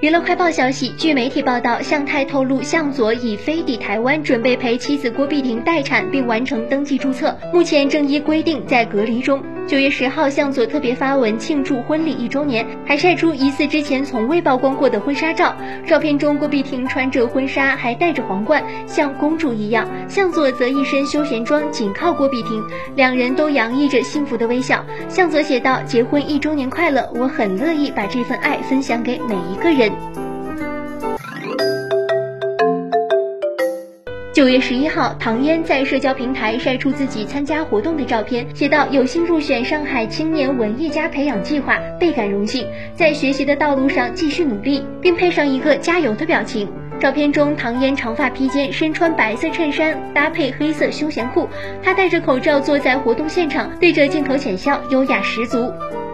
娱乐快报消息，据媒体报道，向太透露，向佐已飞抵台湾，准备陪妻子郭碧婷待产并完成登记注册，目前正依规定在隔离中。9月10号，向佐特别发文庆祝婚礼1周年，还晒出疑似之前从未曝光过的婚纱照。照片中，郭碧婷穿着婚纱，还戴着皇冠，像公主一样；向佐则一身休闲装，紧靠郭碧婷，两人都洋溢着幸福的微笑。向佐写道：“结婚1周年快乐，我很乐意把这份爱分享给每一个人。”9月11号，唐嫣在社交平台晒出自己参加活动的照片，写道：“有幸入选上海青年文艺家培养计划，倍感荣幸，在学习的道路上继续努力，并配上一个加油的表情。”照片中，唐嫣长发披肩，身穿白色衬衫搭配黑色休闲裤，她戴着口罩坐在活动现场，对着镜头浅笑，优雅十足。